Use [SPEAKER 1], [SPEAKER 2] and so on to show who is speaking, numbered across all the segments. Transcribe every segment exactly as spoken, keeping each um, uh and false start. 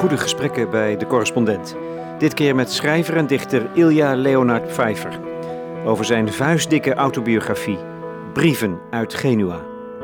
[SPEAKER 1] goede gesprekken bij De Correspondent. Dit keer met schrijver en dichter Ilja Leonard Pfeiffer. Over zijn vuistdikke autobiografie, Brieven uit Genua.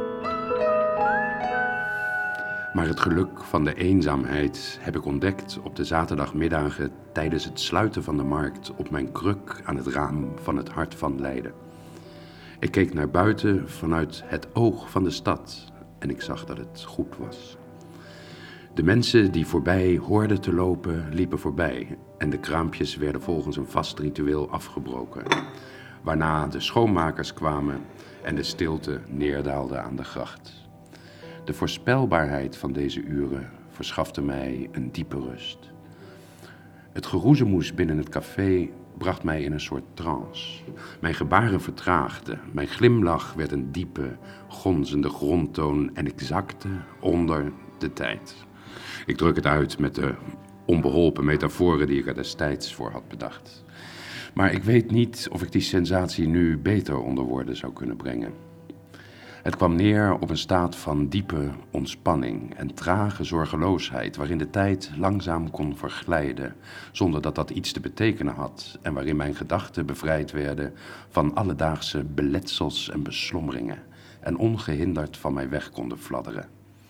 [SPEAKER 2] Maar het geluk van de eenzaamheid heb ik ontdekt op de zaterdagmiddagen tijdens het sluiten van de markt op mijn kruk aan het raam van het hart van Leiden. Ik keek naar buiten vanuit het oog van de stad en ik zag dat het goed was. De mensen die voorbij hoorden te lopen, liepen voorbij en de kraampjes werden volgens een vast ritueel afgebroken. Waarna de schoonmakers kwamen en de stilte neerdaalde aan de gracht. De voorspelbaarheid van deze uren verschafte mij een diepe rust. Het geroezemoes binnen het café bracht mij in een soort trance. Mijn gebaren vertraagden, mijn glimlach werd een diepe, gonzende grondtoon en ik zakte onder de tijd. Ik druk het uit met de onbeholpen metaforen die ik er destijds voor had bedacht. Maar ik weet niet of ik die sensatie nu beter onder woorden zou kunnen brengen. Het kwam neer op een staat van diepe ontspanning en trage zorgeloosheid, waarin de tijd langzaam kon verglijden, zonder dat dat iets te betekenen had, en waarin mijn gedachten bevrijd werden van alledaagse beletsels en beslommeringen, en ongehinderd van mij weg konden fladderen.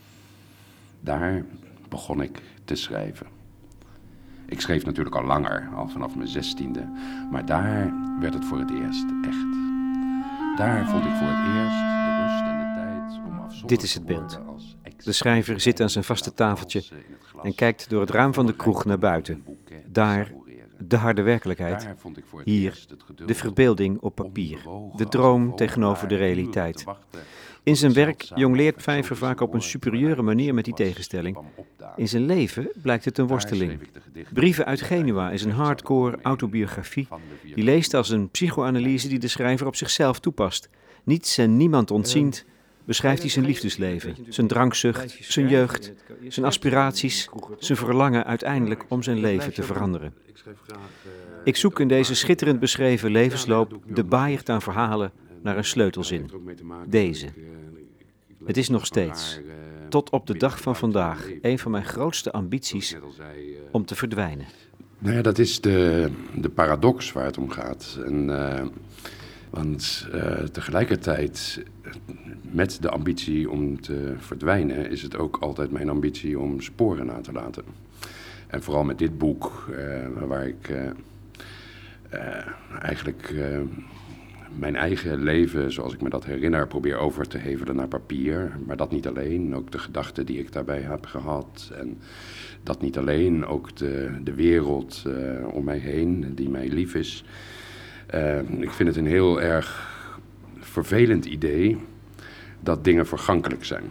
[SPEAKER 2] Daar begon ik te schrijven. Ik schreef natuurlijk al langer, al vanaf mijn zestiende, maar daar werd het voor het eerst echt. Daar vond ik voor het eerst de rust en de tijd om afzonderlijk
[SPEAKER 1] Dit is het beeld. De schrijver zit aan zijn vaste tafeltje en kijkt door het raam van de kroeg naar buiten. Daar de harde werkelijkheid, hier de verbeelding op papier, de droom tegenover de realiteit. In zijn werk jongleert Pfeiffer vaak op een superieure manier met die tegenstelling. In zijn leven blijkt het een worsteling. Brieven uit Genua is een hardcore autobiografie die leest als een psychoanalyse die de schrijver op zichzelf toepast. Niets en niemand ontziend beschrijft hij zijn liefdesleven, zijn drankzucht, zijn jeugd, zijn aspiraties, zijn verlangen uiteindelijk om zijn leven te veranderen. Ik zoek in deze schitterend beschreven levensloop de baaierd aan verhalen naar een sleutelzin. Deze. Het is nog steeds, tot op de dag van vandaag, een van mijn grootste ambities om te verdwijnen.
[SPEAKER 2] Nou ja, dat is de, de paradox waar het om gaat. En, uh, want uh, tegelijkertijd, met de ambitie om te verdwijnen, is het ook altijd mijn ambitie om sporen na te laten. En vooral met dit boek, uh, waar ik uh, uh, eigenlijk uh, mijn eigen leven, zoals ik me dat herinner, probeer over te hevelen naar papier. Maar dat niet alleen, ook de gedachten die ik daarbij heb gehad. En dat niet alleen, ook de, de wereld uh, om mij heen, die mij lief is. Uh, ik vind het een heel erg vervelend idee dat dingen vergankelijk zijn.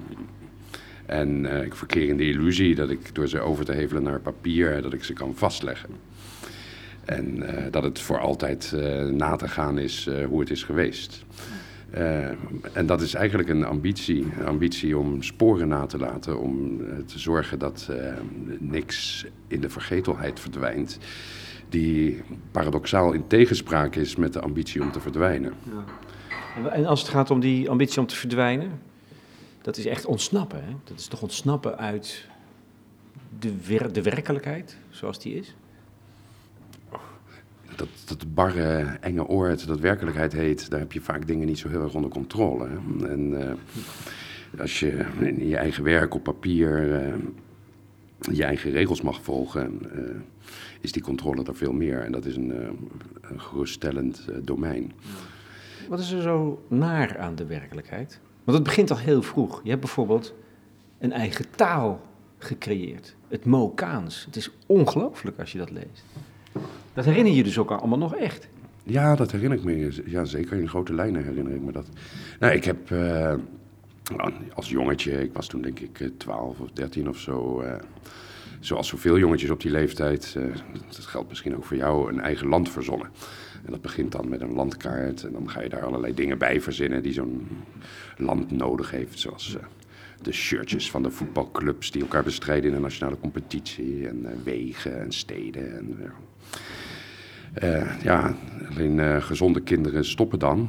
[SPEAKER 2] En uh, ik verkeer in de illusie dat ik door ze over te hevelen naar papier, dat ik ze kan vastleggen. En uh, dat het voor altijd uh, na te gaan is uh, hoe het is geweest. Uh, en dat is eigenlijk een ambitie. Een ambitie om sporen na te laten. Om uh, te zorgen dat uh, niks in de vergetelheid verdwijnt. Die paradoxaal in tegenspraak is met de ambitie om te verdwijnen.
[SPEAKER 1] Ja. En als het gaat om die ambitie om te verdwijnen, dat is echt ontsnappen, hè? Dat is toch ontsnappen uit de, wer- de werkelijkheid zoals die is?
[SPEAKER 2] Dat, dat barre, enge oord, dat werkelijkheid heet, daar heb je vaak dingen niet zo heel erg onder controle. Hè? En uh, als je in je eigen werk op papier uh, je eigen regels mag volgen, uh, is die controle er veel meer. En dat is een, uh, een geruststellend uh, domein.
[SPEAKER 1] Wat is er zo naar aan de werkelijkheid? Want het begint al heel vroeg. Je hebt bijvoorbeeld een eigen taal gecreëerd. Het Mokaans. Het is ongelooflijk als je dat leest. Dat herinner je dus ook allemaal nog echt?
[SPEAKER 2] Ja, dat herinner ik me. Ja, zeker in grote lijnen herinner ik me dat. Nou, ik heb uh, als jongetje, ik was toen denk ik twaalf of dertien of zo, uh, zoals zoveel jongetjes op die leeftijd, uh, dat geldt misschien ook voor jou, een eigen land verzonnen. En dat begint dan met een landkaart en dan ga je daar allerlei dingen bij verzinnen die zo'n land nodig heeft, zoals uh, de shirtjes van de voetbalclubs die elkaar bestrijden in een nationale competitie en uh, wegen en steden en... Uh, Uh, ja, alleen uh, gezonde kinderen stoppen dan.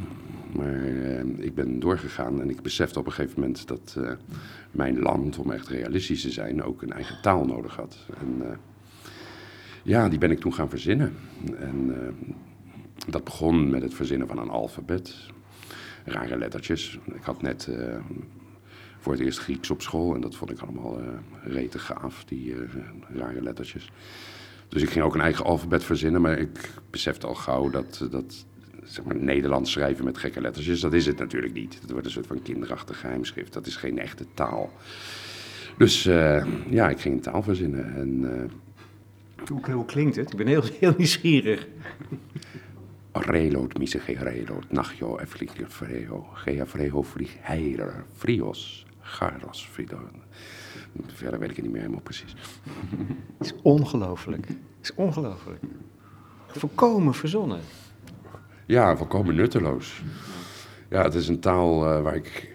[SPEAKER 2] Maar uh, ik ben doorgegaan en ik besefte op een gegeven moment dat uh, mijn land, om echt realistisch te zijn, ook een eigen taal nodig had. En uh, ja, die ben ik toen gaan verzinnen. En uh, dat begon met het verzinnen van een alfabet. Rare lettertjes. Ik had net uh, voor het eerst Grieks op school en dat vond ik allemaal uh, rete gaaf, die uh, rare lettertjes. Dus ik ging ook een eigen alfabet verzinnen, maar ik besefte al gauw dat, dat zeg maar, Nederlands schrijven met gekke lettertjes, dat is het natuurlijk niet. Dat wordt een soort van kinderachtig geheimschrift, dat is geen echte taal. Dus uh, ja, ik ging een taal verzinnen. En, uh,
[SPEAKER 1] hoe, hoe klinkt het? Ik ben heel, heel nieuwsgierig.
[SPEAKER 2] Reloot, mise ge reloot, nachjo, efliker freo, gea freo, vlieg heiler, frios, garos, frido. Verder weet ik het niet meer helemaal precies.
[SPEAKER 1] Het is ongelooflijk. Het is ongelooflijk. Volkomen verzonnen.
[SPEAKER 2] Ja, volkomen nutteloos. Ja, het is een taal uh, waar ik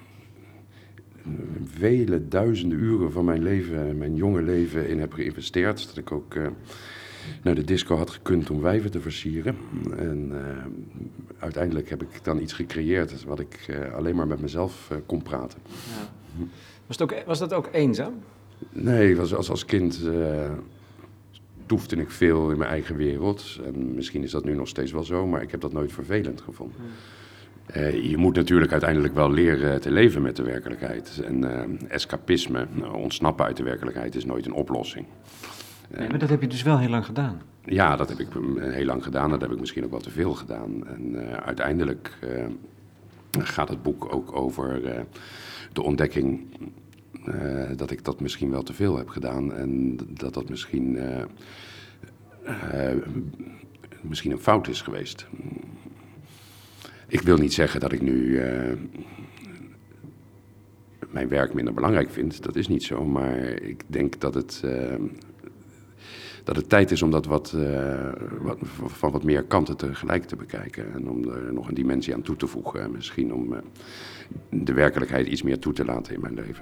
[SPEAKER 2] vele duizenden uren van mijn leven, mijn jonge leven in heb geïnvesteerd. Dat ik ook uh, naar de disco had gekund om wijven te versieren. En uh, uiteindelijk heb ik dan iets gecreëerd wat ik uh, alleen maar met mezelf uh, kon praten.
[SPEAKER 1] Ja. Was, het ook, was dat ook eenzaam?
[SPEAKER 2] Nee, was, als, als kind uh, toefde ik veel in mijn eigen wereld. En misschien is dat nu nog steeds wel zo, maar ik heb dat nooit vervelend gevonden. Hmm. Uh, je moet natuurlijk uiteindelijk wel leren te leven met de werkelijkheid. En uh, escapisme, uh, ontsnappen uit de werkelijkheid, is nooit een oplossing.
[SPEAKER 1] Nee, maar dat heb je dus wel heel lang gedaan.
[SPEAKER 2] Ja, dat heb ik heel lang gedaan. Dat heb ik misschien ook wel te veel gedaan. En uh, uiteindelijk uh, gaat het boek ook over uh, de ontdekking uh, dat ik dat misschien wel te veel heb gedaan. En dat dat misschien, uh, uh, misschien een fout is geweest. Ik wil niet zeggen dat ik nu uh, mijn werk minder belangrijk vind. Dat is niet zo. Maar ik denk dat het... Uh, dat het tijd is om dat wat, uh, wat, van wat meer kanten tegelijk te bekijken. En om er nog een dimensie aan toe te voegen. Misschien om uh, de werkelijkheid iets meer toe te laten in mijn leven.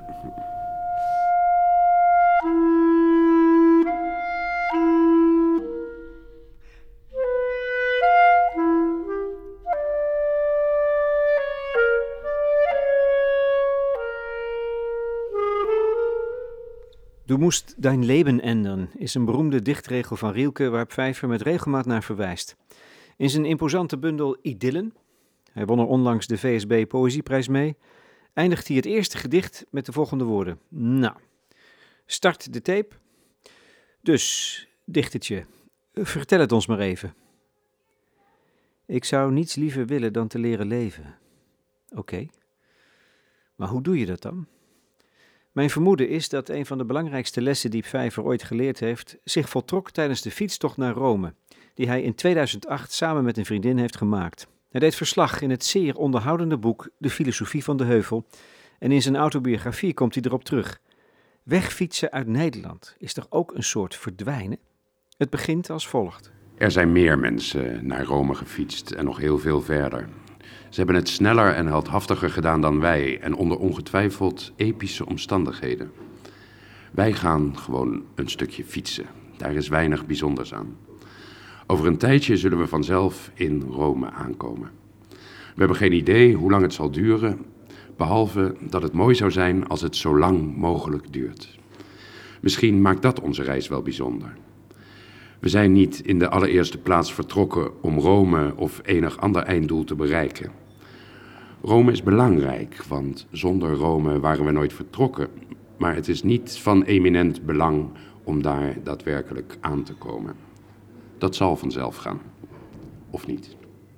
[SPEAKER 1] Du moest dein Leben ändern is een beroemde dichtregel van Rilke waar Pfeiffer met regelmaat naar verwijst. In zijn imposante bundel Idyllen, hij won er onlangs de V S B Poëzieprijs mee, eindigt hij het eerste gedicht met de volgende woorden. Nou, start de tape. Dus, dichtertje, vertel het ons maar even. Ik zou niets liever willen dan te leren leven. Oké, okay. Maar hoe doe je dat dan? Mijn vermoeden is dat een van de belangrijkste lessen die Pfeiffer ooit geleerd heeft, zich voltrok tijdens de fietstocht naar Rome, die hij in tweeduizend acht samen met een vriendin heeft gemaakt. Hij deed verslag in het zeer onderhoudende boek De Filosofie van de Heuvel en in zijn autobiografie komt hij erop terug. Wegfietsen uit Nederland is toch ook een soort verdwijnen? Het begint als volgt.
[SPEAKER 2] Er zijn meer mensen naar Rome gefietst en nog heel veel verder. Ze hebben het sneller en heldhaftiger gedaan dan wij en onder ongetwijfeld epische omstandigheden. Wij gaan gewoon een stukje fietsen. Daar is weinig bijzonders aan. Over een tijdje zullen we vanzelf in Rome aankomen. We hebben geen idee hoe lang het zal duren, behalve dat het mooi zou zijn als het zo lang mogelijk duurt. Misschien maakt dat onze reis wel bijzonder. We zijn niet in de allereerste plaats vertrokken om Rome of enig ander einddoel te bereiken. Rome is belangrijk, want zonder Rome waren we nooit vertrokken. Maar het is niet van eminent belang om daar daadwerkelijk aan te komen. Dat zal vanzelf gaan. Of niet.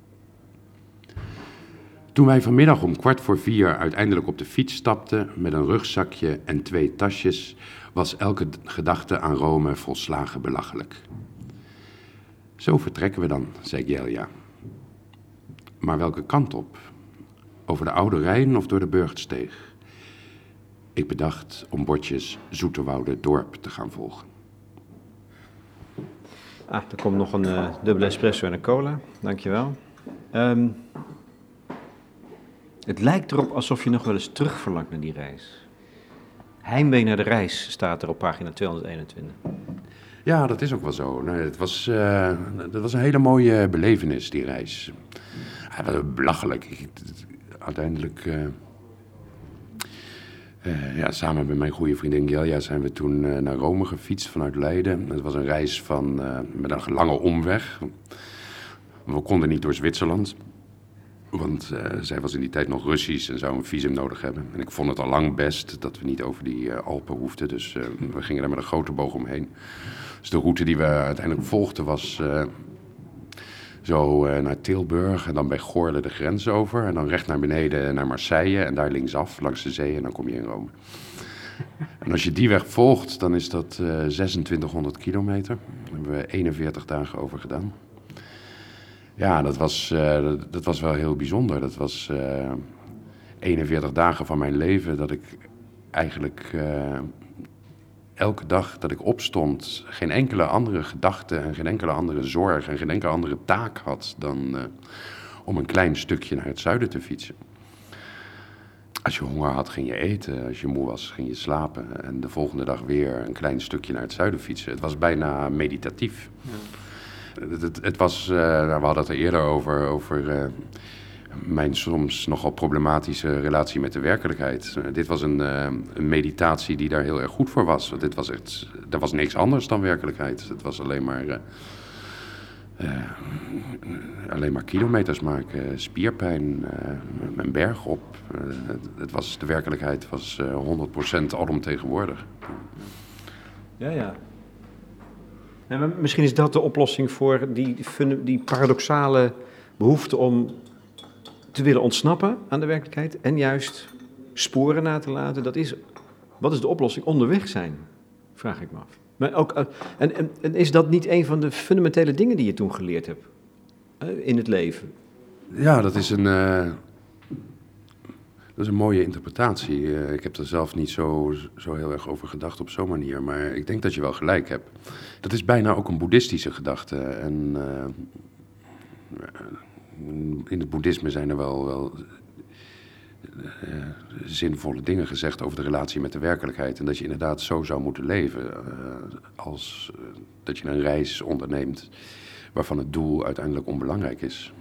[SPEAKER 2] Toen wij vanmiddag om kwart voor vier uiteindelijk op de fiets stapten met een rugzakje en twee tasjes, was elke gedachte aan Rome volslagen belachelijk. Zo vertrekken we dan, zei Gelja. Maar welke kant op? Over de Oude Rijn of door de Burchtsteeg? Ik bedacht om bordjes Zoeterwoude Dorp te gaan volgen.
[SPEAKER 1] Ah, er komt nog een uh, dubbele espresso en een cola. Dankjewel. Um, het lijkt erop alsof je nog wel eens terug verlangt naar die reis. Heimwee naar de reis staat er op pagina tweehonderdeenentwintig.
[SPEAKER 2] Ja, dat is ook wel zo. Nee, het was, uh, dat was een hele mooie belevenis, die reis. Ja, wat belachelijk. Ik, uiteindelijk, uh, uh, ja, samen met mijn goede vriendin Gelja zijn we toen uh, naar Rome gefietst vanuit Leiden. Het was een reis van, uh, met een lange omweg. We konden niet door Zwitserland. Want uh, zij was in die tijd nog Russisch en zou een visum nodig hebben. En ik vond het al lang best dat we niet over die uh, Alpen hoefden. Dus uh, we gingen daar met een grote boog omheen. Dus de route die we uiteindelijk volgden was uh, zo uh, naar Tilburg en dan bij Goorle de grens over. En dan recht naar beneden naar Marseille en daar linksaf langs de zee en dan kom je in Rome. En als je die weg volgt, dan is dat uh, zesentwintighonderd kilometer. Daar hebben we eenenveertig dagen over gedaan. Ja, dat was, uh, dat, dat was wel heel bijzonder. Dat was uh, eenenveertig dagen van mijn leven dat ik eigenlijk uh, elke dag dat ik opstond geen enkele andere gedachte en geen enkele andere zorg en geen enkele andere taak had dan uh, om een klein stukje naar het zuiden te fietsen. Als je honger had, ging je eten. Als je moe was, ging je slapen. En de volgende dag weer een klein stukje naar het zuiden fietsen. Het was bijna meditatief. Ja. Het, het, het was, uh, we hadden het er eerder over, over uh, mijn soms nogal problematische relatie met de werkelijkheid. Uh, dit was een, uh, een meditatie die daar heel erg goed voor was. Want dit was echt, er was niks anders dan werkelijkheid. Het was alleen maar, uh, uh, alleen maar kilometers maken, spierpijn, uh, een berg op. Uh, het, het was, de werkelijkheid was uh, honderd procent alomtegenwoordig.
[SPEAKER 1] Ja, ja. Ja, maar misschien is dat de oplossing voor die, die paradoxale behoefte om te willen ontsnappen aan de werkelijkheid en juist sporen na te laten. Dat is, wat is de oplossing? Onderweg zijn, vraag ik me af. Maar ook, en, en, en is dat niet een van de fundamentele dingen die je toen geleerd hebt uh, in het leven?
[SPEAKER 2] Ja, dat is een, uh, dat is een mooie interpretatie. Uh, ik heb er zelf niet zo, zo heel erg over gedacht op zo'n manier, maar ik denk dat je wel gelijk hebt. Dat is bijna ook een boeddhistische gedachte. En uh, in het boeddhisme zijn er wel, wel uh, zinvolle dingen gezegd over de relatie met de werkelijkheid. En dat je inderdaad zo zou moeten leven. Uh, als uh, dat je een reis onderneemt waarvan het doel uiteindelijk onbelangrijk is.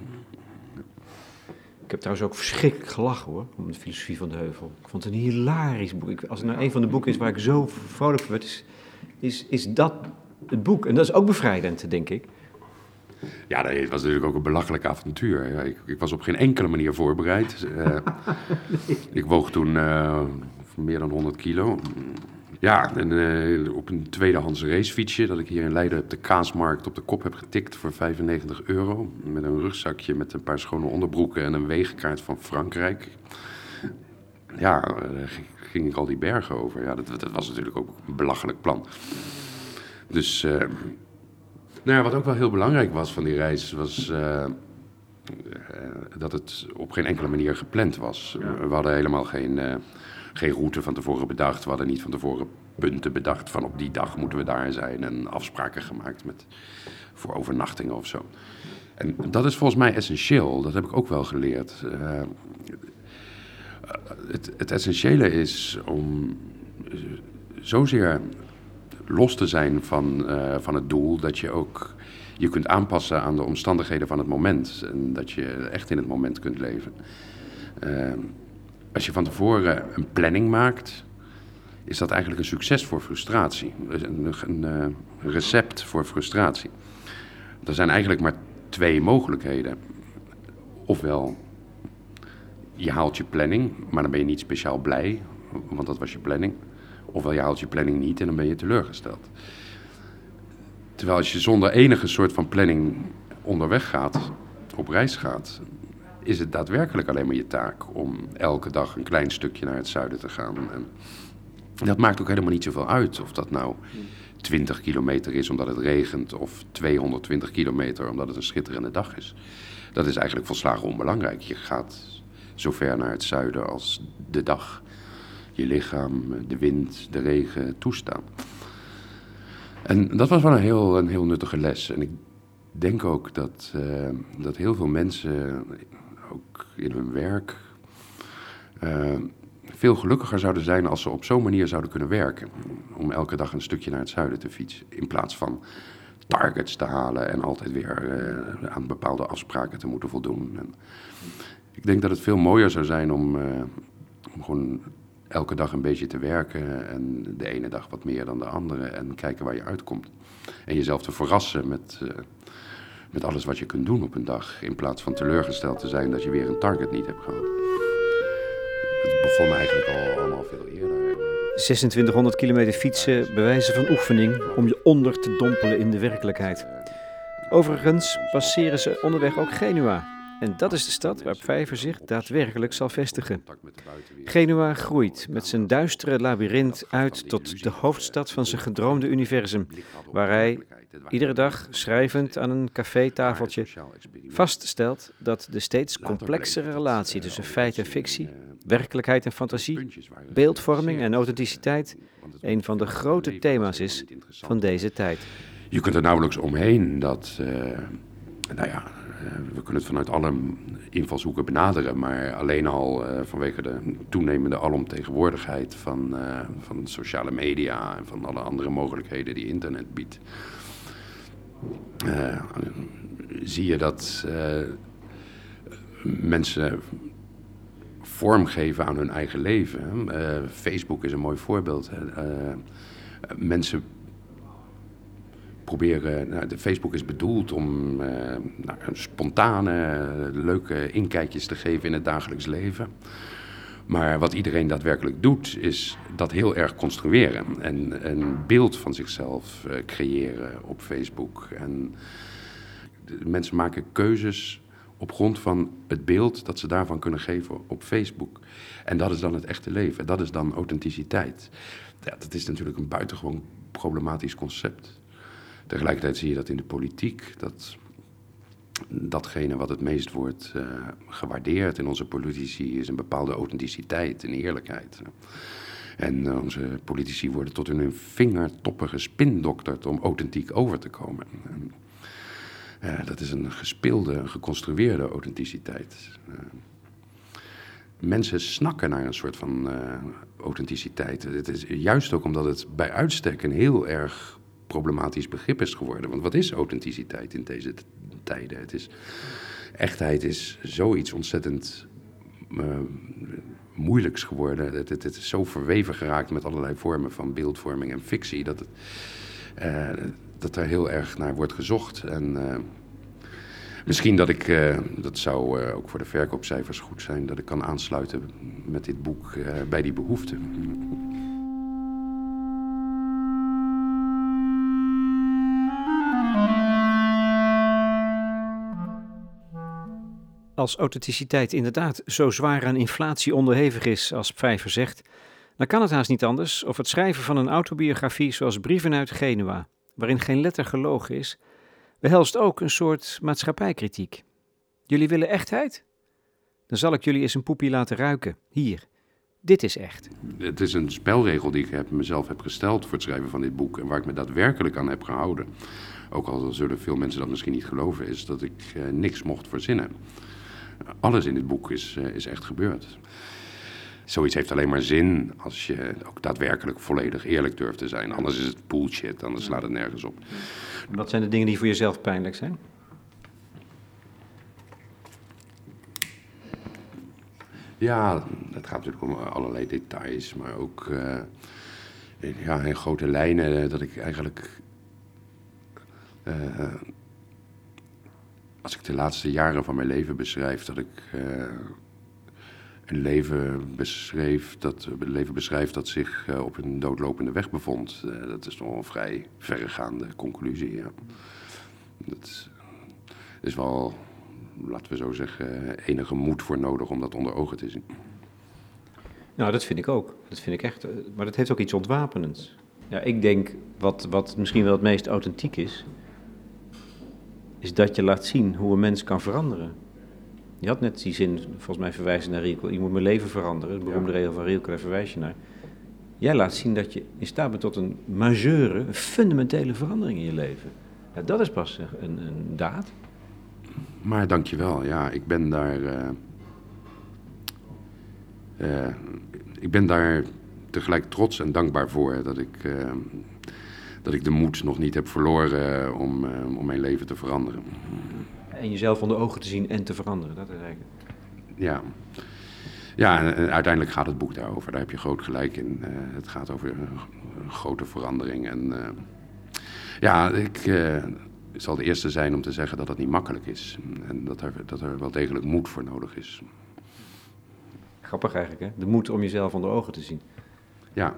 [SPEAKER 1] Ik heb trouwens ook verschrikkelijk gelachen hoor, om de filosofie van de heuvel. Ik vond het een hilarisch boek. Ik, als het nou een van de boeken is waar ik zo vrolijk van werd, is, is, is dat het boek. En dat is ook bevrijdend, denk ik.
[SPEAKER 2] Ja, het was natuurlijk ook een belachelijk avontuur. Ja, ik, ik was op geen enkele manier voorbereid. Uh, nee. Ik woog toen uh, meer dan honderd kilo. Ja, en uh, op een tweedehands racefietsje dat ik hier in Leiden op de Kaasmarkt op de kop heb getikt voor vijfennegentig euro. Met een rugzakje met een paar schone onderbroeken en een wegenkaart van Frankrijk. Ja, uh, ging ik al die bergen over. Ja, dat, dat was natuurlijk ook een belachelijk plan. Dus, uh, nou ja, wat ook wel heel belangrijk was van die reis, was uh, uh, dat het op geen enkele manier gepland was. Ja. We hadden helemaal geen... Uh, Geen route van tevoren bedacht. We hadden niet van tevoren punten bedacht van op die dag moeten we daar zijn. En afspraken gemaakt met, voor overnachtingen of zo. En dat is volgens mij essentieel. Dat heb ik ook wel geleerd. Uh, het, het essentiële is om zozeer los te zijn van, uh, van het doel dat je ook je kunt aanpassen aan de omstandigheden van het moment. En dat je echt in het moment kunt leven. Uh, Als je van tevoren een planning maakt, is dat eigenlijk een succes voor frustratie. Een, een, een recept voor frustratie. Er zijn eigenlijk maar twee mogelijkheden. Ofwel, je haalt je planning, maar dan ben je niet speciaal blij, want dat was je planning. Ofwel, je haalt je planning niet en dan ben je teleurgesteld. Terwijl als je zonder enige soort van planning onderweg gaat, op reis gaat, is het daadwerkelijk alleen maar je taak om elke dag een klein stukje naar het zuiden te gaan. En dat maakt ook helemaal niet zoveel uit of dat nou twintig kilometer is omdat het regent of tweehonderdtwintig kilometer omdat het een schitterende dag is. Dat is eigenlijk volslagen onbelangrijk. Je gaat zo ver naar het zuiden als de dag, je lichaam, de wind, de regen toestaan. En dat was wel een heel, een heel nuttige les. En ik denk ook dat, uh, dat heel veel mensen, ook in hun werk, uh, veel gelukkiger zouden zijn als ze op zo'n manier zouden kunnen werken. Om elke dag een stukje naar het zuiden te fietsen. In plaats van targets te halen en altijd weer uh, aan bepaalde afspraken te moeten voldoen. En ik denk dat het veel mooier zou zijn om, uh, om gewoon elke dag een beetje te werken en de ene dag wat meer dan de andere en kijken waar je uitkomt. En jezelf te verrassen met, uh, met alles wat je kunt doen op een dag, in plaats van teleurgesteld te zijn dat je weer een target niet hebt gehad. Het begon eigenlijk al allemaal veel eerder.
[SPEAKER 1] zesentwintighonderd kilometer fietsen, bewijzen van oefening om je onder te dompelen in de werkelijkheid. Overigens passeren ze onderweg ook Genua. En dat is de stad waar Pfeiffer zich daadwerkelijk zal vestigen. Genua groeit met zijn duistere labyrint uit tot de hoofdstad van zijn gedroomde universum, waar hij iedere dag schrijvend aan een cafétafeltje vaststelt dat de steeds complexere relatie tussen feit en fictie, werkelijkheid en fantasie, beeldvorming en authenticiteit een van de grote thema's is van deze tijd.
[SPEAKER 2] Je kunt er nauwelijks omheen dat, uh, nou ja, uh, we kunnen het vanuit alle invalshoeken benaderen, maar alleen al uh, vanwege de toenemende alomtegenwoordigheid van, uh, van sociale media en van alle andere mogelijkheden die internet biedt, uh, zie je dat uh, mensen vormgeven aan hun eigen leven. Uh, Facebook is een mooi voorbeeld. Uh, mensen proberen, nou, de Facebook is bedoeld om uh, nou, spontane, leuke inkijkjes te geven in het dagelijks leven. Maar wat iedereen daadwerkelijk doet, is dat heel erg construeren. En een beeld van zichzelf uh, creëren op Facebook. En de mensen maken keuzes op grond van het beeld dat ze daarvan kunnen geven op Facebook. En dat is dan het echte leven. Dat is dan authenticiteit. Ja, dat is natuurlijk een buitengewoon problematisch concept. Tegelijkertijd zie je dat in de politiek, dat datgene wat het meest wordt uh, gewaardeerd in onze politici is een bepaalde authenticiteit en eerlijkheid. En uh, onze politici worden tot in hun vingertoppen gespindokterd om authentiek over te komen. En, uh, dat is een gespeelde, een geconstrueerde authenticiteit. Uh, mensen snakken naar een soort van uh, authenticiteit. Het is juist ook omdat het bij uitstek een heel erg problematisch begrip is geworden. Want wat is authenticiteit in deze t- tijden? Het is, echtheid is zoiets ontzettend uh, moeilijks geworden. Het, het, het is zo verweven geraakt met allerlei vormen van beeldvorming en fictie, dat, het, uh, dat er heel erg naar wordt gezocht. En uh, misschien dat ik, uh, dat zou uh, ook voor de verkoopcijfers goed zijn, dat ik kan aansluiten met dit boek uh, bij die behoefte.
[SPEAKER 1] Als authenticiteit inderdaad zo zwaar aan inflatie onderhevig is als Pfeiffer zegt, dan kan het haast niet anders of het schrijven van een autobiografie zoals Brieven uit Genua, waarin geen letter gelogen is, behelst ook een soort maatschappijkritiek. Jullie willen echtheid? Dan zal ik jullie eens een poepie laten ruiken. Hier, dit is echt.
[SPEAKER 2] Het is een spelregel die ik heb, mezelf heb gesteld voor het schrijven van dit boek en waar ik me daadwerkelijk aan heb gehouden. Ook al zullen veel mensen dat misschien niet geloven, is dat ik uh, niks mocht verzinnen. Alles in dit boek is, uh, is echt gebeurd. Zoiets heeft alleen maar zin als je ook daadwerkelijk volledig eerlijk durft te zijn. Anders is het bullshit, anders slaat het nergens op.
[SPEAKER 1] Wat zijn de dingen die voor jezelf pijnlijk zijn?
[SPEAKER 2] Ja, het gaat natuurlijk om allerlei details, maar ook uh, ja, in grote lijnen dat ik eigenlijk, Uh, als ik de laatste jaren van mijn leven beschrijf, dat ik uh, een leven beschreef dat, een leven beschrijf dat zich uh, op een doodlopende weg bevond. Uh, dat is toch een vrij verregaande conclusie. Ja. Dat is wel, laten we zo zeggen, enige moed voor nodig om dat onder ogen te zien.
[SPEAKER 1] Nou, dat vind ik ook. Dat vind ik echt. Maar dat heeft ook iets ontwapenends. Ja, ik denk wat, wat misschien wel het meest authentiek is, is dat je laat zien hoe een mens kan veranderen. Je had net die zin, volgens mij verwijzen naar Rilke, je moet mijn leven veranderen, de beroemde regel van Rilke, daar verwijs je naar. Jij laat zien dat je in staat bent tot een majeure, een fundamentele verandering in je leven. Ja, dat is pas een, een daad.
[SPEAKER 2] Maar dankjewel, ja, ik ben daar, uh, uh, ik ben daar tegelijk trots en dankbaar voor dat ik, uh, dat ik de moed nog niet heb verloren om, uh, om mijn leven te veranderen.
[SPEAKER 1] En jezelf onder ogen te zien en te veranderen, dat is eigenlijk...
[SPEAKER 2] Ja. Ja, en uiteindelijk gaat het boek daarover. Daar heb je groot gelijk in. Uh, het gaat over een grote verandering. En uh, ja, ik uh, zal de eerste zijn om te zeggen dat het niet makkelijk is. En dat er, dat er wel degelijk moed voor nodig is.
[SPEAKER 1] Grappig eigenlijk, hè? De moed om jezelf onder ogen te zien.
[SPEAKER 2] Ja.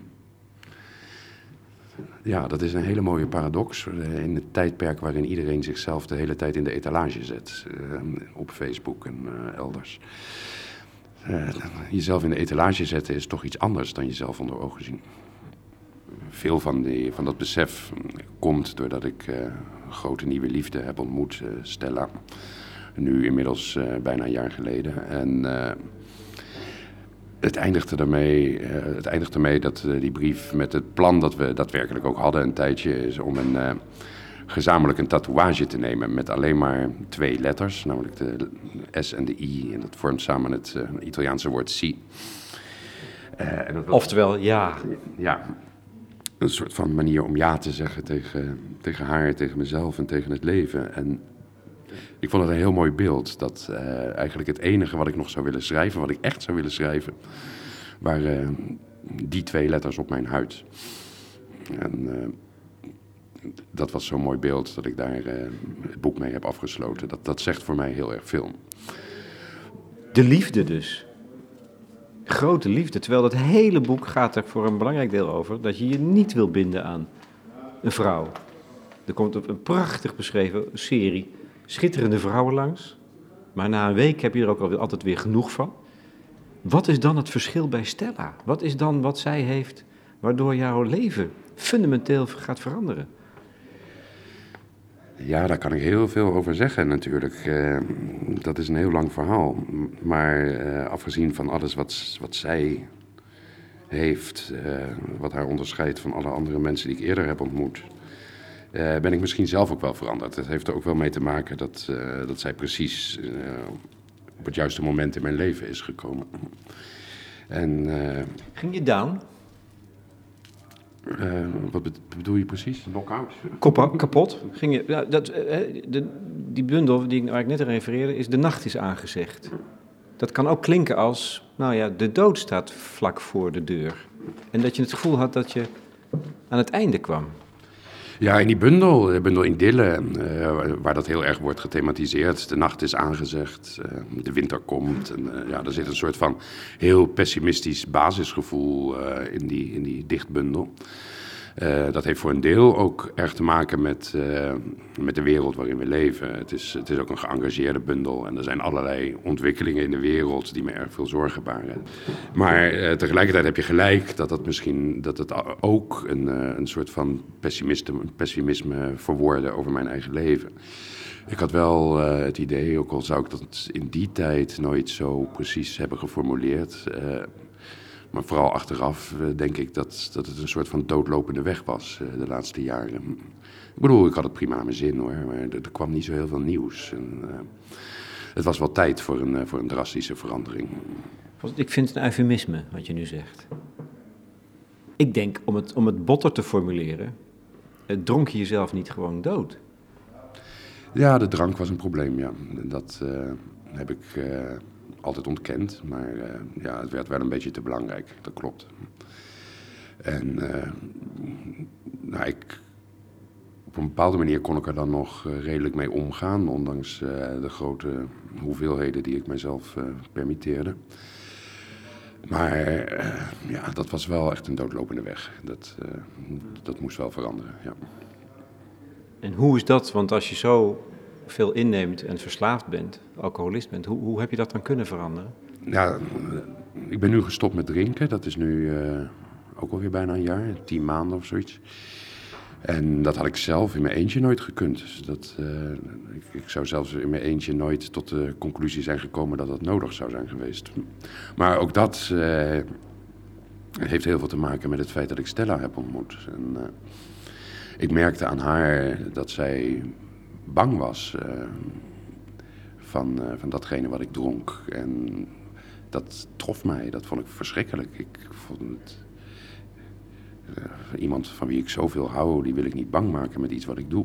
[SPEAKER 2] Ja, dat is een hele mooie paradox. In het tijdperk waarin iedereen zichzelf de hele tijd in de etalage zet. Uh, op Facebook en uh, elders. Uh, jezelf in de etalage zetten is toch iets anders dan jezelf onder ogen zien. Veel van, die, van dat besef komt doordat ik uh, een grote nieuwe liefde heb ontmoet, uh, Stella. Nu inmiddels uh, bijna een jaar geleden. En uh, het eindigde ermee, uh, het eindigde ermee dat uh, die brief met het plan dat we daadwerkelijk ook hadden een tijdje is om een... Uh, gezamenlijk een tatoeage te nemen met alleen maar twee letters, namelijk de S en de I. En dat vormt samen het uh, Italiaanse woord si. Uh, en dat was,
[SPEAKER 1] Oftewel, ja.
[SPEAKER 2] Ja, een soort van manier om ja te zeggen tegen, tegen haar, tegen mezelf en tegen het leven. En ik vond het een heel mooi beeld, dat uh, eigenlijk het enige wat ik nog zou willen schrijven, wat ik echt zou willen schrijven, waren uh, die twee letters op mijn huid. En... Uh, Dat was zo'n mooi beeld dat ik daar uh, het boek mee heb afgesloten. Dat, dat zegt voor mij heel erg veel.
[SPEAKER 1] De liefde dus. Grote liefde. Terwijl dat hele boek gaat er voor een belangrijk deel over dat je je niet wil binden aan een vrouw. Er komt een prachtig beschreven serie schitterende vrouwen langs. Maar na een week heb je er ook al altijd weer genoeg van. Wat is dan het verschil bij Stella? Wat is dan wat zij heeft waardoor jouw leven fundamenteel gaat veranderen?
[SPEAKER 2] Ja, daar kan ik heel veel over zeggen natuurlijk. Uh, dat is een heel lang verhaal. Maar uh, afgezien van alles wat, wat zij heeft, uh, wat haar onderscheidt van alle andere mensen die ik eerder heb ontmoet, uh, ben ik misschien zelf ook wel veranderd. Het heeft er ook wel mee te maken dat, uh, dat zij precies uh, op het juiste moment in mijn leven is gekomen. En, uh,
[SPEAKER 1] Ging je down?
[SPEAKER 2] Uh, wat bedoel je precies? Knock-out?
[SPEAKER 1] Koppa, kapot. Ging je, ja, dat, de, die bundel die, waar ik net aan refereerde is De Nacht is aangezegd. Dat kan ook klinken als, nou ja, de dood staat vlak voor de deur. En dat je het gevoel had dat je aan het einde kwam.
[SPEAKER 2] Ja, in die bundel, de bundel in Dille, uh, waar dat heel erg wordt gethematiseerd. De nacht is aangezegd, uh, de winter komt. En, uh, ja, er zit een soort van heel pessimistisch basisgevoel uh, in, die, in die dichtbundel. Uh, dat heeft voor een deel ook erg te maken met, uh, met de wereld waarin we leven. Het is, het is ook een geëngageerde bundel en er zijn allerlei ontwikkelingen in de wereld die me erg veel zorgen baren. Maar uh, tegelijkertijd heb je gelijk dat, dat, misschien, dat het ook een, uh, een soort van pessimisme, pessimisme verwoordde over mijn eigen leven. Ik had wel uh, het idee, ook al zou ik dat in die tijd nooit zo precies hebben geformuleerd, uh, maar vooral achteraf uh, denk ik dat, dat het een soort van doodlopende weg was uh, de laatste jaren. Ik bedoel, ik had het prima aan mijn zin hoor, maar er, er kwam niet zo heel veel nieuws. En, uh, het was wel tijd voor een, uh, voor een drastische verandering.
[SPEAKER 1] Ik vind het een eufemisme, wat je nu zegt. Ik denk, om het, om het botter te formuleren, uh, dronk je jezelf niet gewoon dood?
[SPEAKER 2] Ja, de drank was een probleem, ja. Dat uh, heb ik uh, altijd ontkend, maar uh, ja, het werd wel een beetje te belangrijk, dat klopt. En uh, nou, ik, op een bepaalde manier kon ik er dan nog uh, redelijk mee omgaan, ondanks uh, de grote hoeveelheden die ik mezelf uh, permitteerde. Maar uh, ja, dat was wel echt een doodlopende weg. Dat, uh, dat moest wel veranderen, ja.
[SPEAKER 1] En hoe is dat? Want als je zo veel inneemt en verslaafd bent, alcoholist bent, hoe, hoe heb je dat dan kunnen veranderen?
[SPEAKER 2] Ja, ik ben nu gestopt met drinken. Dat is nu uh, ook alweer bijna een jaar, tien maanden of zoiets. En dat had ik zelf in mijn eentje nooit gekund. Dus dat, uh, ik, ik zou zelfs in mijn eentje nooit tot de conclusie zijn gekomen dat dat nodig zou zijn geweest. Maar ook dat uh, heeft heel veel te maken met het feit dat ik Stella heb ontmoet. En, uh, ik merkte aan haar dat zij bang was uh, van, uh, van datgene wat ik dronk. En dat trof mij, dat vond ik verschrikkelijk. Ik vond het, Uh, iemand van wie ik zoveel hou, die wil ik niet bang maken met iets wat ik doe.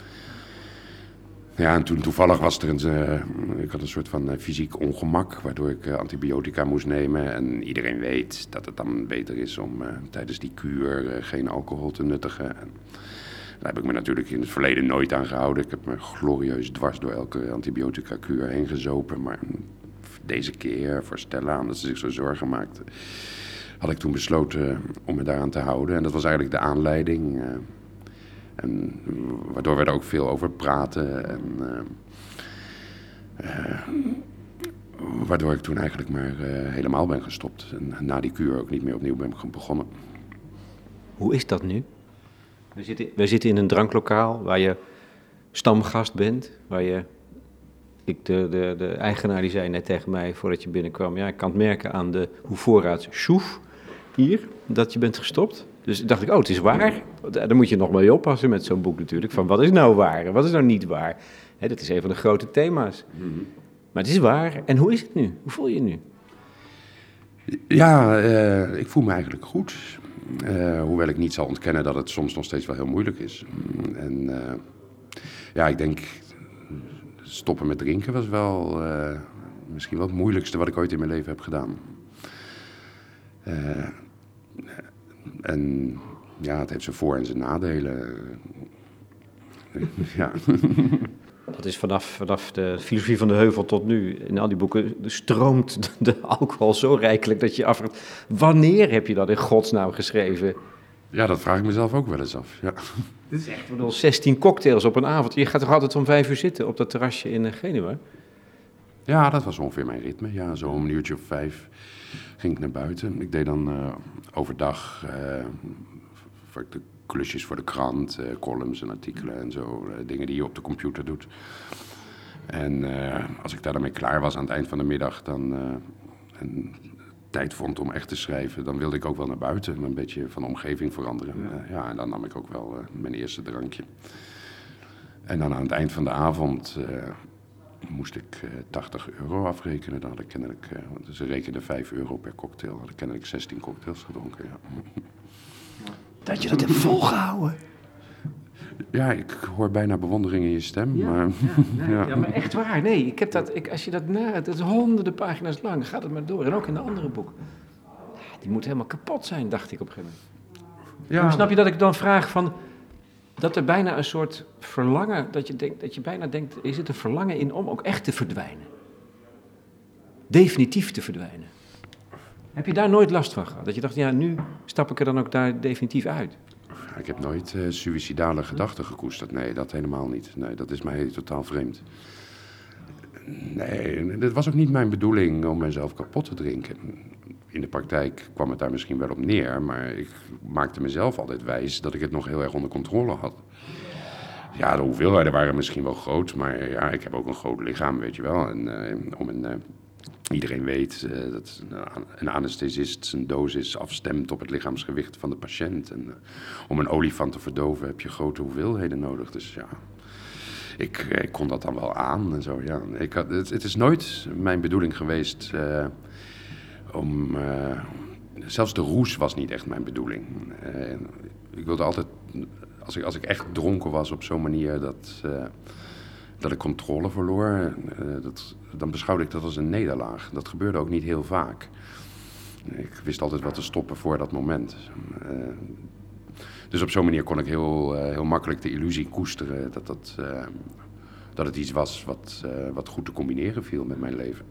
[SPEAKER 2] Ja, en toen toevallig was er een, uh, ik had een soort van uh, fysiek ongemak, waardoor ik uh, antibiotica moest nemen. En iedereen weet dat het dan beter is om uh, tijdens die kuur uh, geen alcohol te nuttigen. En daar heb ik me natuurlijk in het verleden nooit aan gehouden. Ik heb me glorieus dwars door elke antibiotica-kuur heen gezopen. Maar deze keer, voor Stella, omdat ze zich zo zorgen maakte, had ik toen besloten om me daaraan te houden. En dat was eigenlijk de aanleiding. Uh, en waardoor we er ook veel over praten. En uh, uh, waardoor ik toen eigenlijk maar uh, helemaal ben gestopt. En na die kuur ook niet meer opnieuw ben begonnen.
[SPEAKER 1] Hoe is dat nu? We zitten, we zitten in een dranklokaal waar je stamgast bent. Waar je, ik, de, de, de eigenaar die zei net tegen mij voordat je binnenkwam. Ja, ik kan het merken aan de hoeveelheid sjoef hier, dat je bent gestopt. Dus dacht ik, oh, het is waar. Daar moet je nog mee oppassen met zo'n boek natuurlijk. Van wat is nou waar en wat is nou niet waar? Hè, dat is een van de grote thema's. Mm-hmm. Maar het is waar. En hoe is het nu? Hoe voel je je nu?
[SPEAKER 2] Ja, uh, ik voel me eigenlijk goed. Uh, hoewel ik niet zal ontkennen dat het soms nog steeds wel heel moeilijk is. En uh, ja, ik denk, stoppen met drinken was wel uh, misschien wel het moeilijkste wat ik ooit in mijn leven heb gedaan. Uh, en ja, het heeft zijn voor- en zijn nadelen. Ja.
[SPEAKER 1] Dat is vanaf, vanaf de filosofie van de heuvel tot nu, in al die boeken, stroomt de alcohol zo rijkelijk dat je afvraagt, wanneer heb je dat in godsnaam geschreven?
[SPEAKER 2] Ja, dat vraag ik mezelf ook wel eens af, ja.
[SPEAKER 1] Dit is echt, ik bedoel, zestien cocktails op een avond. Je gaat toch altijd om vijf uur zitten op dat terrasje in Genua?
[SPEAKER 2] Ja, dat was ongeveer mijn ritme. Ja, zo om een uurtje of vijf ging ik naar buiten. Ik deed dan uh, overdag uh, de klusjes voor de krant, uh, columns en artikelen en zo. Uh, dingen die je op de computer doet. En uh, als ik daar dan mee klaar was aan het eind van de middag, dan uh, en tijd vond om echt te schrijven, dan wilde ik ook wel naar buiten. Een beetje van de omgeving veranderen. Ja, uh, ja en dan nam ik ook wel uh, mijn eerste drankje. En dan aan het eind van de avond Uh, moest ik uh, tachtig euro afrekenen. Dan had ik kennelijk, uh, want ze rekenden vijf euro per cocktail. Had ik kennelijk zestien cocktails gedronken, ja.
[SPEAKER 1] Dat je dat hebt volgehouden?
[SPEAKER 2] Ja, ik hoor bijna bewondering in je stem.
[SPEAKER 1] Ja,
[SPEAKER 2] maar,
[SPEAKER 1] ja, nee, ja. ja, maar echt waar. Nee, ik heb dat, ik, als je dat na, het is honderden pagina's lang, gaat het maar door. En ook in de andere boeken. Die moet helemaal kapot zijn, dacht ik op een gegeven moment. Ja. Maar snap je dat ik dan vraag van, dat er bijna een soort verlangen, dat je, denkt, dat je bijna denkt, is het een verlangen in om ook echt te verdwijnen? Definitief te verdwijnen. Heb je daar nooit last van gehad? Dat je dacht, ja, nu stap ik er dan ook daar definitief uit.
[SPEAKER 2] Ik heb nooit uh, suïcidale gedachten gekoesterd. Nee, dat helemaal niet. Nee, dat is mij totaal vreemd. Nee, het was ook niet mijn bedoeling om mezelf kapot te drinken. In de praktijk kwam het daar misschien wel op neer, maar ik maakte mezelf altijd wijs dat ik het nog heel erg onder controle had. Ja, de hoeveelheden waren misschien wel groot, maar ja, ik heb ook een groot lichaam, weet je wel. En uh, om een, uh, iedereen weet uh, dat een anesthesist zijn dosis afstemt op het lichaamsgewicht van de patiënt. En uh, om een olifant te verdoven heb je grote hoeveelheden nodig, dus ja. Ik, ik kon dat dan wel aan en zo, ja. Ik had, het, het is nooit mijn bedoeling geweest uh, om... Uh, zelfs de roes was niet echt mijn bedoeling. Uh, ik wilde altijd... Als ik, als ik echt dronken was op zo'n manier dat, uh, dat ik controle verloor, uh, dat, dan beschouwde ik dat als een nederlaag. Dat gebeurde ook niet heel vaak. Ik wist altijd wat te stoppen voor dat moment. Uh, dus op zo'n manier kon ik heel, uh, heel makkelijk de illusie koesteren dat, dat, uh, dat het iets was wat, uh, wat goed te combineren viel met mijn leven.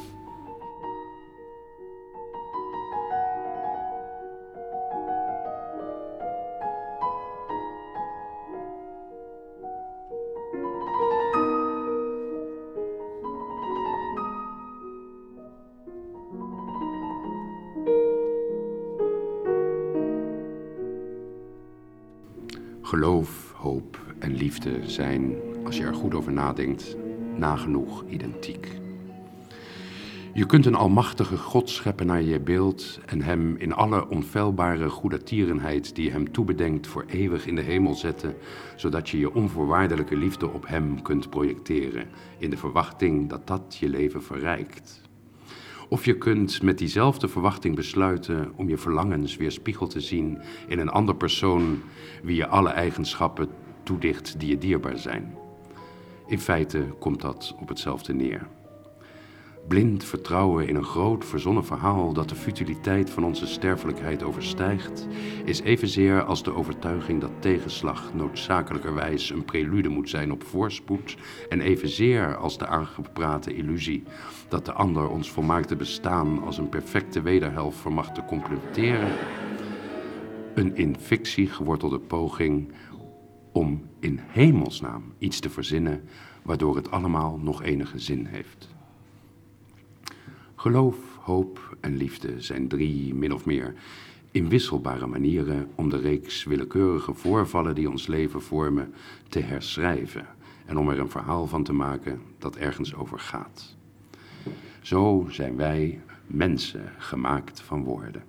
[SPEAKER 2] Geloof, hoop en liefde zijn, als je er goed over nadenkt, nagenoeg identiek. Je kunt een almachtige God scheppen naar je beeld en hem in alle onfeilbare goedertierenheid die je hem toebedenkt voor eeuwig in de hemel zetten, zodat je je onvoorwaardelijke liefde op hem kunt projecteren, in de verwachting dat dat je leven verrijkt. Of je kunt met diezelfde verwachting besluiten om je verlangens weerspiegeld te zien in een ander persoon wie je alle eigenschappen toedicht die je dierbaar zijn. In feite komt dat op hetzelfde neer. Blind vertrouwen in een groot verzonnen verhaal dat de futiliteit van onze sterfelijkheid overstijgt, is evenzeer als de overtuiging dat tegenslag noodzakelijkerwijs een prelude moet zijn op voorspoed en evenzeer als de aangeprate illusie dat de ander ons volmaakte bestaan als een perfecte wederhelft vermag te complementeren, een in fictie gewortelde poging om in hemelsnaam iets te verzinnen waardoor het allemaal nog enige zin heeft. Geloof, hoop en liefde zijn drie, min of meer, inwisselbare manieren om de reeks willekeurige voorvallen die ons leven vormen te herschrijven en om er een verhaal van te maken dat ergens over gaat. Zo zijn wij mensen gemaakt van woorden.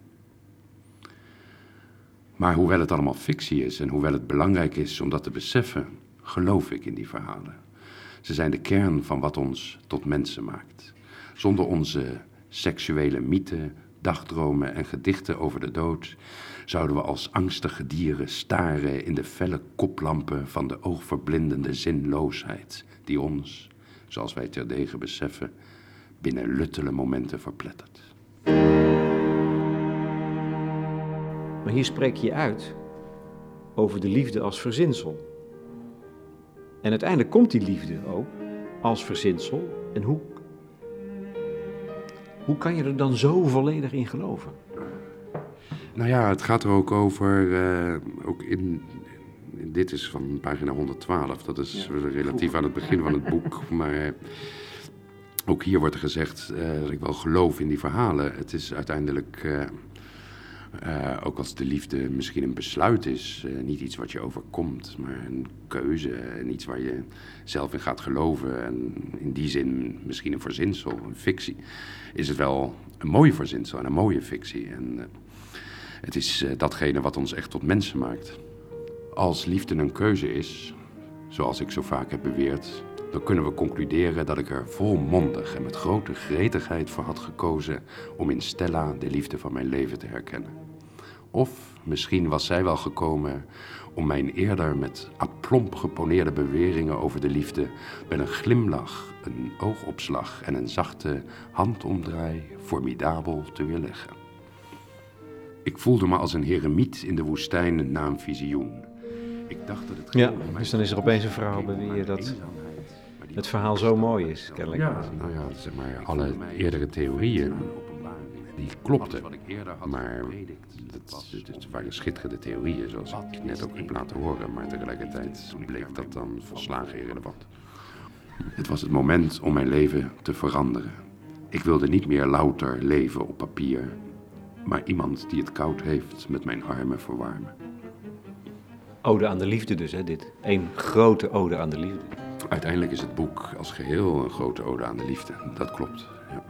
[SPEAKER 2] Maar hoewel het allemaal fictie is en hoewel het belangrijk is om dat te beseffen, geloof ik in die verhalen. Ze zijn de kern van wat ons tot mensen maakt. Zonder onze seksuele mythen, dagdromen en gedichten over de dood zouden we als angstige dieren staren in de felle koplampen van de oogverblindende zinloosheid die ons, zoals wij terdege beseffen, binnen luttele momenten verplettert.
[SPEAKER 1] Maar hier spreek je uit over de liefde als verzinsel. En uiteindelijk komt die liefde ook als verzinsel. En hoe, hoe kan je er dan zo volledig in geloven?
[SPEAKER 2] Nou ja, het gaat er ook over, uh, ook in, in, dit is van pagina honderdtwaalf, dat is ja, relatief goed aan het begin van het boek, maar uh, ook hier wordt er gezegd uh, dat ik wel geloof in die verhalen. Het is uiteindelijk, uh, uh, ook als de liefde misschien een besluit is, uh, niet iets wat je overkomt, maar een keuze en iets waar je zelf in gaat geloven. En in die zin misschien een verzinsel, een fictie, is het wel een mooie verzinsel en een mooie fictie. En uh, het is uh, datgene wat ons echt tot mensen maakt. Als liefde een keuze is, zoals ik zo vaak heb beweerd, dan kunnen we concluderen dat ik er volmondig en met grote gretigheid voor had gekozen om in Stella de liefde van mijn leven te herkennen. Of misschien was zij wel gekomen om mijn eerder met aplomb geponeerde beweringen over de liefde met een glimlach, een oogopslag en een zachte handomdraai formidabel te weerleggen. Ik voelde me als een heremiet in de woestijn na een visioen. Ik dacht dat het
[SPEAKER 1] ja, dus dan is er opeens een verhaal bij wie je dat het verhaal zo mooi is, kennelijk.
[SPEAKER 2] Ja, nou ja, zeg maar, alle eerdere theorieën, die klopten. Maar het, het waren schitterende theorieën, zoals ik net ook heb laten horen. Maar tegelijkertijd bleek dat dan volslagen irrelevant. Het was het moment om mijn leven te veranderen. Ik wilde niet meer louter leven op papier, maar iemand die het koud heeft met mijn armen verwarmen.
[SPEAKER 1] Ode aan de liefde dus, hè, dit. Eén grote ode aan de liefde.
[SPEAKER 2] Uiteindelijk is het boek als geheel een grote ode aan de liefde. Dat klopt, ja.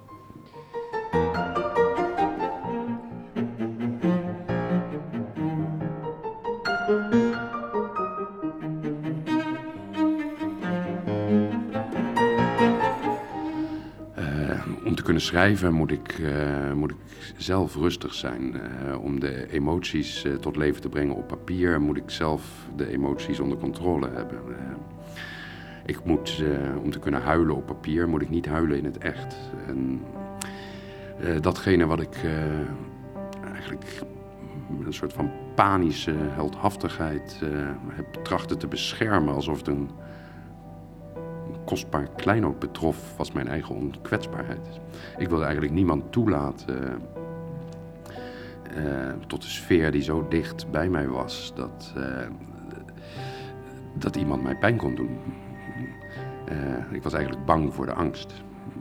[SPEAKER 2] Om te kunnen schrijven moet ik, uh, moet ik zelf rustig zijn. Uh, om de emoties uh, tot leven te brengen op papier moet ik zelf de emoties onder controle hebben. Uh, ik moet, uh, om te kunnen huilen op papier, moet ik niet huilen in het echt. En uh, datgene wat ik uh, eigenlijk met een soort van panische heldhaftigheid uh, heb trachten te beschermen, alsof het een kostbaar kleinood betrof, was mijn eigen onkwetsbaarheid. Ik wilde eigenlijk niemand toelaten uh, tot de sfeer die zo dicht bij mij was, dat, uh, dat iemand mij pijn kon doen. Uh, ik was eigenlijk bang voor de angst.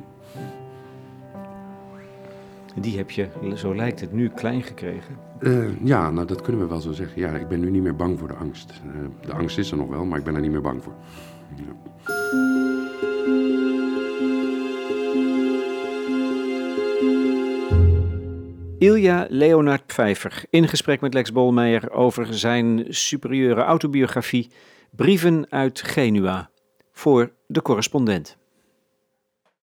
[SPEAKER 1] Die heb je, zo lijkt het, nu klein gekregen?
[SPEAKER 2] Uh, ja, nou dat kunnen we wel zo zeggen. Ja, ik ben nu niet meer bang voor de angst. Uh, de angst is er nog wel, maar ik ben er niet meer bang voor. Ja.
[SPEAKER 1] Ilja Leonard Pfeiffer in gesprek met Lex Bolmeijer over zijn superieure autobiografie Brieven uit Genua voor De Correspondent.